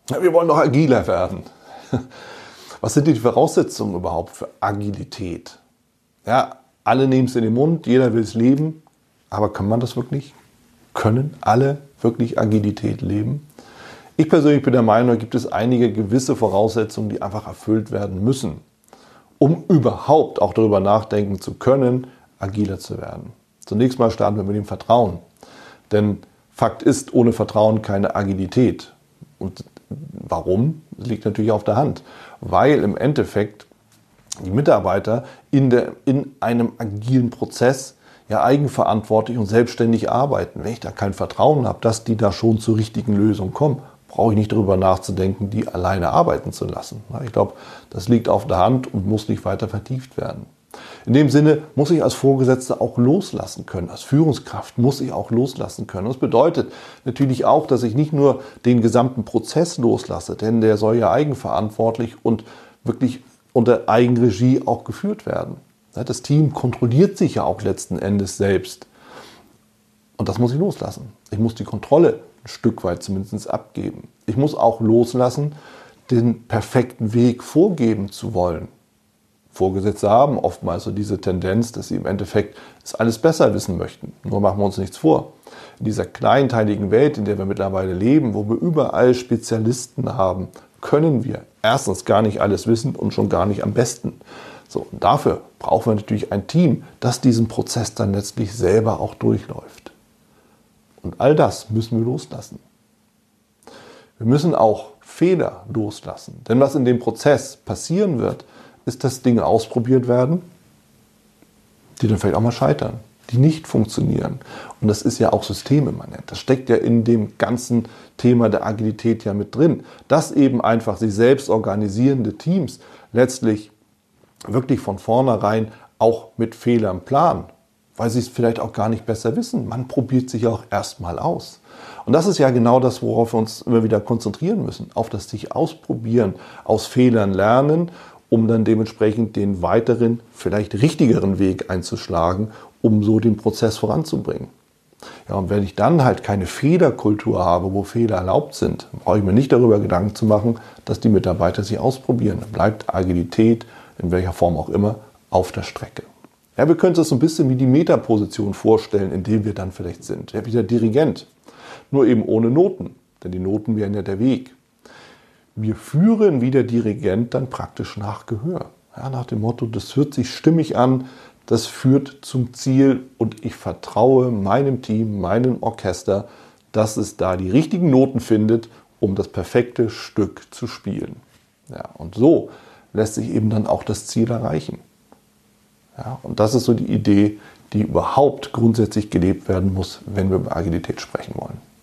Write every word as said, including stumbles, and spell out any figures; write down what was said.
Ja, wir wollen doch agiler werden. Was sind die Voraussetzungen überhaupt für Agilität? Ja, alle nehmen es in den Mund, jeder will es leben, aber kann man das wirklich? Können alle wirklich Agilität leben? Ich persönlich bin der Meinung, da gibt es einige gewisse Voraussetzungen, die einfach erfüllt werden müssen, um überhaupt auch darüber nachdenken zu können, agiler zu werden. Zunächst mal starten wir mit dem Vertrauen. Denn Fakt ist, ohne Vertrauen keine Agilität. Und warum? Das liegt natürlich auf der Hand. Weil im Endeffekt die Mitarbeiter in, der, in einem agilen Prozess ja eigenverantwortlich und selbstständig arbeiten. Wenn ich da kein Vertrauen habe, dass die da schon zur richtigen Lösung kommen, brauche ich nicht darüber nachzudenken, die alleine arbeiten zu lassen. Ich glaube, das liegt auf der Hand und muss nicht weiter vertieft werden. In dem Sinne muss ich als Vorgesetzter auch loslassen können. Als Führungskraft muss ich auch loslassen können. Das bedeutet natürlich auch, dass ich nicht nur den gesamten Prozess loslasse, denn der soll ja eigenverantwortlich und wirklich unter Eigenregie auch geführt werden. Das Team kontrolliert sich ja auch letzten Endes selbst. Und das muss ich loslassen. Ich muss die Kontrolle ein Stück weit zumindest abgeben. Ich muss auch loslassen, den perfekten Weg vorgeben zu wollen. Vorgesetzte haben oftmals so diese Tendenz, dass sie im Endeffekt es alles besser wissen möchten. Nur machen wir uns nichts vor. In dieser kleinteiligen Welt, in der wir mittlerweile leben, wo wir überall Spezialisten haben, können wir erstens gar nicht alles wissen und schon gar nicht am besten. So, und dafür brauchen wir natürlich ein Team, das diesen Prozess dann letztlich selber auch durchläuft. Und all das müssen wir loslassen. Wir müssen auch Fehler loslassen. Denn was in dem Prozess passieren wird, ist, dass Dinge ausprobiert werden, die dann vielleicht auch mal scheitern, die nicht funktionieren. Und das ist ja auch systemimmanent. Das steckt ja in dem ganzen Thema der Agilität ja mit drin, dass eben einfach sich selbst organisierende Teams letztlich wirklich von vornherein auch mit Fehlern planen, weil sie es vielleicht auch gar nicht besser wissen. Man probiert sich auch erstmal aus. Und das ist ja genau das, worauf wir uns immer wieder konzentrieren müssen, auf das sich ausprobieren, aus Fehlern lernen, um dann dementsprechend den weiteren, vielleicht richtigeren Weg einzuschlagen, um so den Prozess voranzubringen. Ja, und wenn ich dann halt keine Fehlerkultur habe, wo Fehler erlaubt sind, brauche ich mir nicht darüber Gedanken zu machen, dass die Mitarbeiter sich ausprobieren. Dann bleibt Agilität, in welcher Form auch immer, auf der Strecke. Ja, wir können uns das so ein bisschen wie die Metaposition vorstellen, in der wir dann vielleicht sind. Ja, wie der Dirigent, nur eben ohne Noten, denn die Noten wären ja der Weg. Wir führen wie der Dirigent dann praktisch nach Gehör. Ja, nach dem Motto, das hört sich stimmig an, das führt zum Ziel und ich vertraue meinem Team, meinem Orchester, dass es da die richtigen Noten findet, um das perfekte Stück zu spielen. Ja, und so lässt sich eben dann auch das Ziel erreichen. Ja, und das ist so die Idee, die überhaupt grundsätzlich gelebt werden muss, wenn wir über Agilität sprechen wollen.